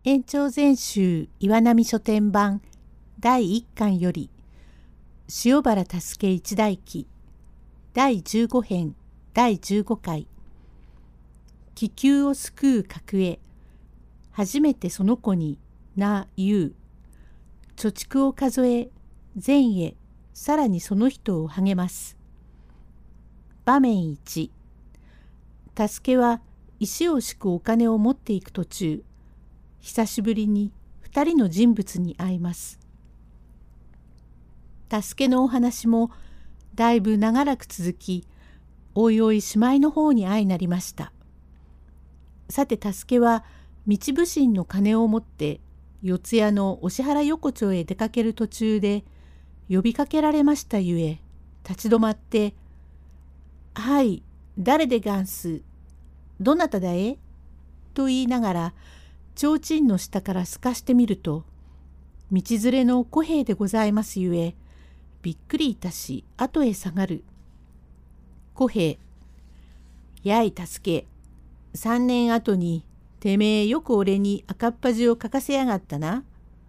延長全集岩波書店版第1巻より塩原助一代記第15編第15回気球を救う格へ初めてその子にな言う貯蓄を数え善へさらにその人を励ます場面1助けは石を敷くお金を持っていく途中久しぶりに2人の人物に会います。助けのお話もだいぶ長らく続き、おいおいしまいの方に相なりました。さて助けは道普請の金を持って四谷のお支払横丁へ出かける途中で呼びかけられましたゆえ、立ち止まって「はい、誰でがんす？どなただえ？」と言いながら、提灯の下から透かしてみると、道連れの小兵でございますゆえ、びっくりいたし、後へ下がる。小兵、やい助け、3年後に、てめえよく俺に赤っ恥をかかせやがったな。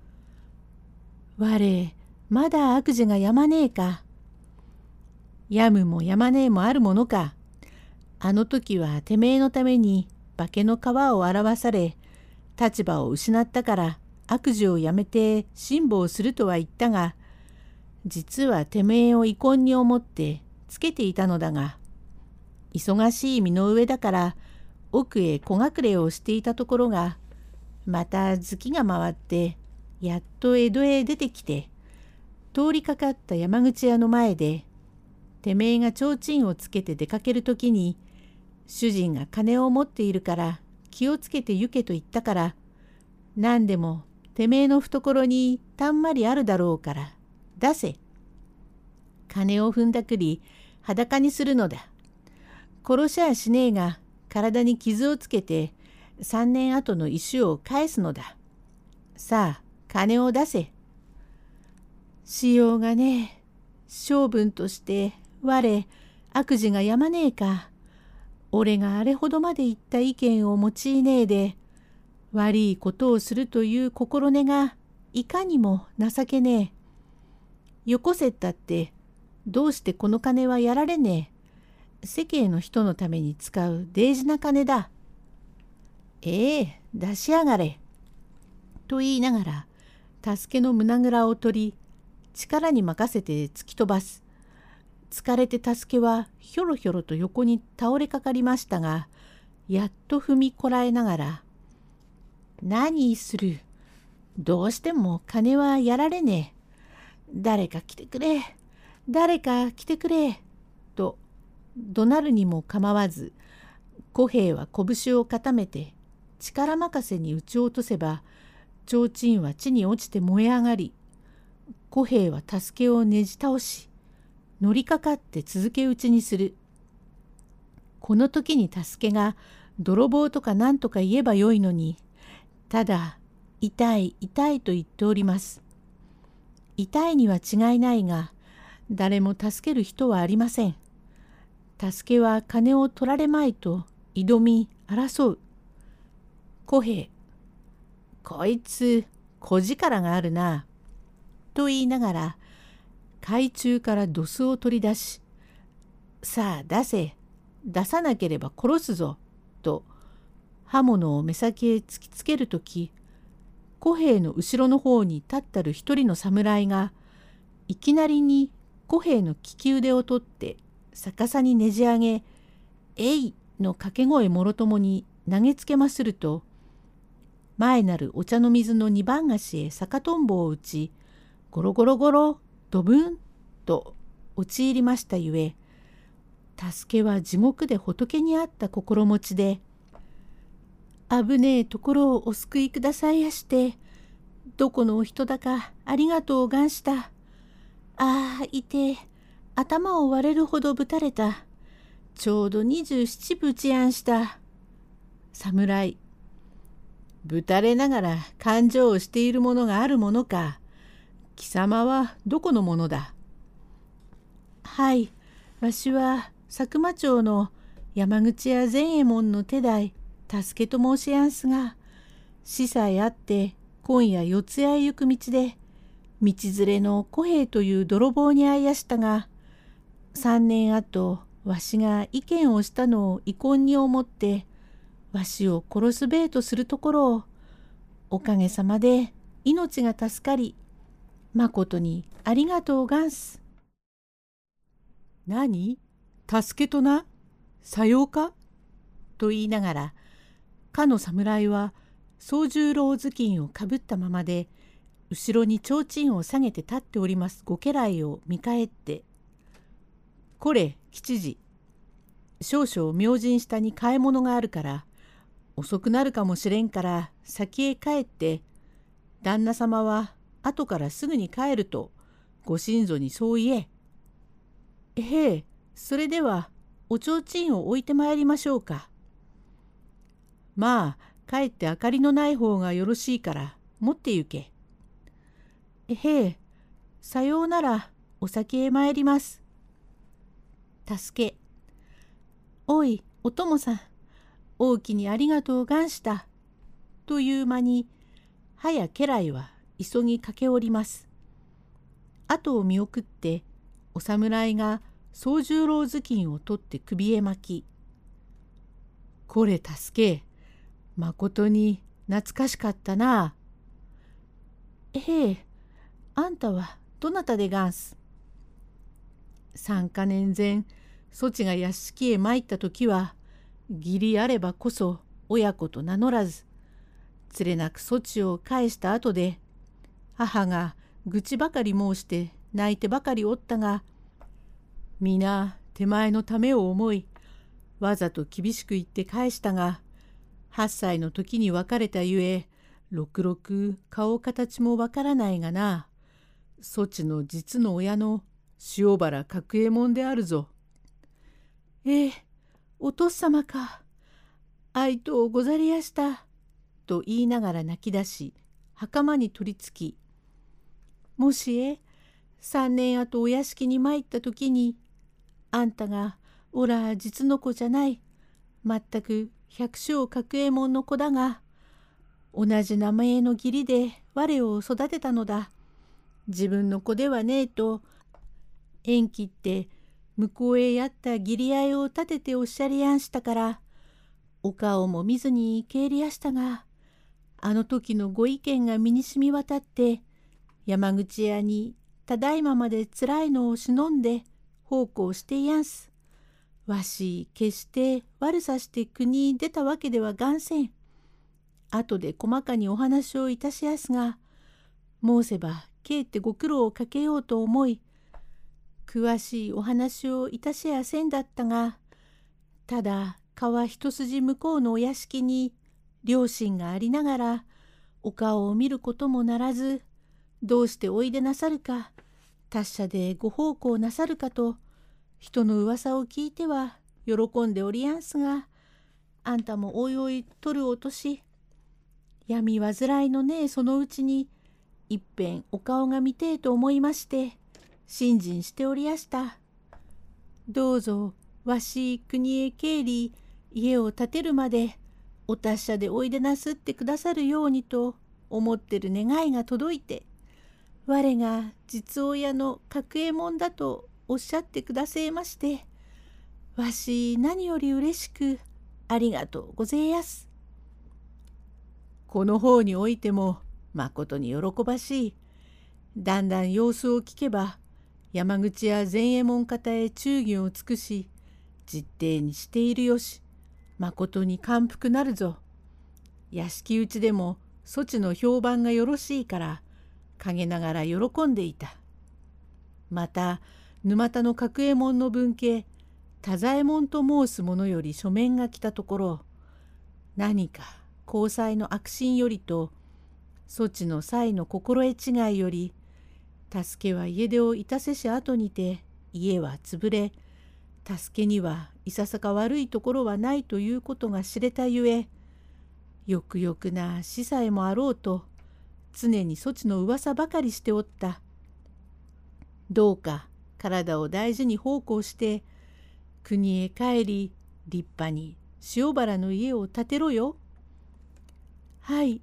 我、まだ悪事がやまねえか。やむもやまねえもあるものか。あの時はてめえのために化けの皮を表され、立場を失ったから悪事をやめて辛抱するとは言ったが、実はてめえを遺恨に思ってつけていたのだが、忙しい身の上だから奥へ小隠れをしていたところが、また月が回ってやっと江戸へ出てきて、通りかかった山口屋の前で、てめえが提灯をつけて出かけるときに、主人が金を持っているから気をつけて行けと言ったから、何でもてめえの懐にたんまりあるだろうから出せ。金を踏んだくり裸にするのだ。殺しゃしねえが体に傷をつけて3年後の石を返すのだ。さあ金を出せ。しようがねえ。性分として我悪事がやまねえか。俺があれほどまで言った意見を用いねえで、悪いことをするという心根がいかにも情けねえ。よこせったってどうしてこの金はやられねえ。世間の人のために使う大事な金だ。ええ、出しやがれ。と言いながら、助けの胸ぐらを取り、力に任せて突き飛ばす。疲れて助けはひょろひょろと横に倒れかかりましたが、やっと踏みこらえながら、何する。どうしても金はやられねえ。誰か来てくれ。誰か来てくれ。と怒鳴るにも構わず、小兵は拳を固めて力任せに撃ち落とせば、提灯は地に落ちて燃え上がり、小兵は助けをねじ倒し、乗りかかって続け撃ちにする。この時に助けが泥棒とか何とか言えばよいのに、ただ痛い痛いと言っております。痛いには違いないが、誰も助ける人はありません。助けは金を取られまいと挑み争う。小兵、こいつ小力があるな。と言いながら、懐中からドスを取り出し、さあ出せ、出さなければ殺すぞ、と刃物を目先へ突きつけるとき、小兵の後ろの方に立ったる一人の侍が、いきなりに小兵の利き腕を取って逆さにねじ上げ、えいの掛け声もろともに投げつけますると、前なるお茶の水の二番菓子へ逆とんぼを打ち、ゴロゴロゴロ、ドブンと陥りましたゆえ、助けは地獄で仏にあった心持ちで、危ねえところをお救いくださいやして、どこのお人だかありがとうがんした。ああ、いてえ、頭を割れるほどぶたれた。ちょうど27ぶちやんした。侍、ぶたれながら勘定をしているものがあるものか。貴様はどこのものだ。はい、わしは佐久間町の山口屋善右衛門の手代、助けと申しやんすが、 死さえあって今夜四谷へ行く道で道連れの小平という泥棒に会いやしたが、3年後わしが意見をしたのを遺恨に思ってわしを殺すべえとするところを、おかげさまで命が助かり、まことにありがとうがんす。 何？助けとな？さようか？ と言いながら、かの侍は宗十郎頭巾をかぶったままで、後ろに提灯を下げて立っておりますご家来を見返って、これ吉次、少々明神下に買い物があるから遅くなるかもしれんから先へ帰って、旦那様は後からすぐに帰るとご親族にそう言え。へえ、それではお提灯を置いてまいりましょうか。まあ帰って明かりのない方がよろしいから持って行け。へえ、さようなら、お先へ参ります。助け。おい、お供さん、大きにありがとうがんした。という間に、はや家来は急ぎ駆けおります。後を見送って、お侍が宗十郎頭巾を取って首へ巻き、これ助け、まことに懐かしかったな。へえ、あんたはどなたでがんす。3か年前、そちが屋敷へ参った時は、義理あればこそ親子と名乗らず、つれなくそちを返した後で、母が愚痴ばかり申して泣いてばかりおったが、皆手前のためを思い、わざと厳しく言って返したが、8歳の時に別れたゆえ、ろくろく顔形もわからないがな。そちの実の親の塩原角右衛門であるぞ。お父様か。愛とござりやした。と言いながら泣き出し、袴に取りつき、もし3年後お屋敷に参った時に、あんたがおら実の子じゃない、全く百姓角右衛門の子だが、同じ名前の義理で我を育てたのだ。自分の子ではねえと、縁切って向こうへやった義理合いを立てておっしゃりやんしたから、お顔も見ずに帰りやしたが、あの時のご意見が身に染み渡って、山口屋にただいままでつらいのを忍んで奉公していやんす。わし決して悪さして国に出たわけではがんせん。後で細かにお話をいたしやすが、申せば帰ってご苦労をかけようと思い、詳しいお話をいたしやせんだったが、ただ川一筋向こうのお屋敷に両親がありながら、お顔を見ることもならず、どうしておいでなさるか、達者でご奉公なさるかと、人の噂を聞いては喜んでおりやんすが、あんたもおいおい取るお年、闇煩いのねえそのうちに、いっぺんお顔が見てえと思いまして、信心しておりやした。どうぞわし国へ帰り、家を建てるまで、お達者でおいでなすってくださるようにと思ってる願いが届いて、我が実親の角右衛門だとおっしゃってくださいまして、わし何より嬉しくありがとうごぜえやす。この方においてもまことに喜ばしい。だんだん様子を聞けば、山口や善右衛門方へ忠義を尽くし、実弟にしているよし、まことに感服なるぞ。屋敷内でもそちの評判がよろしいから、陰ながら喜んでいた。また沼田の角右衛門の分家、太左衛門と申す者より書面が来たところ、何か交際の悪心よりと、そちの際の心得違いより、助けは家出をいたせし後にて家は潰れ、助けにはいささか悪いところはないということが知れたゆえ、よくよくな死さえもあろうと、常にそちの噂ばかりしておった。どうか体を大事に奉公して、国へ帰り、立派に塩原の家を建てろよ。はい、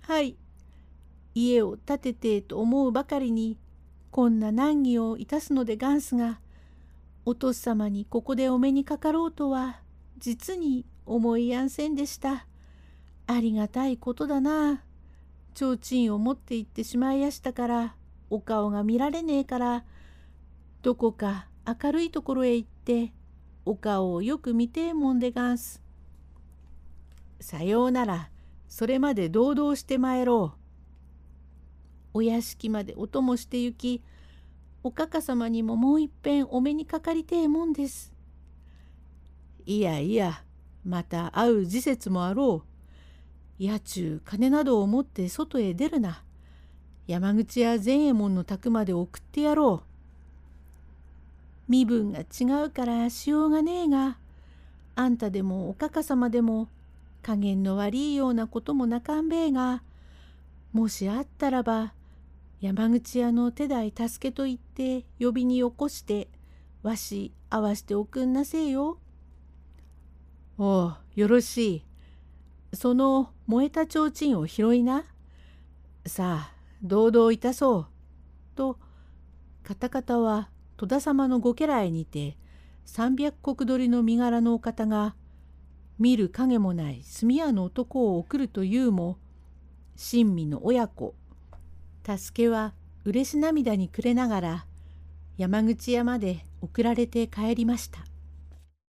はい。家を建ててと思うばかりに、こんな難儀をいたすのでがんすが、お父様にここでお目にかかろうとは、実に思いやんせんでした。ありがたいことだな。提灯を持って行ってしまいやしたから、お顔が見られねえから、どこか明るいところへ行って、お顔をよく見てえもんでがんす。さようなら、それまで堂々して参ろう。お屋敷までお供して行き、おかか様にももういっぺんお目にかかりてえもんです。いやいや、また会う時節もあろう。家中金などを持って外へ出るな。山口や善右衛門の宅まで送ってやろう。身分が違うからしようがねえが、あんたでもおかか様でも加減の悪いようなこともなかんべえが、もしあったらば、山口屋の手代助けと言って呼びによこして、わし会わしておくんなせえよ。おう、よろしい。その燃えた提灯を拾いな。さあ、堂々いたそう。と、方々は戸田様のご家来にて、300石取りの身柄のお方が、見る影もない炭屋の男を送るというも、親身の親子、助けは嬉し涙に暮れながら、山口屋まで送られて帰りました。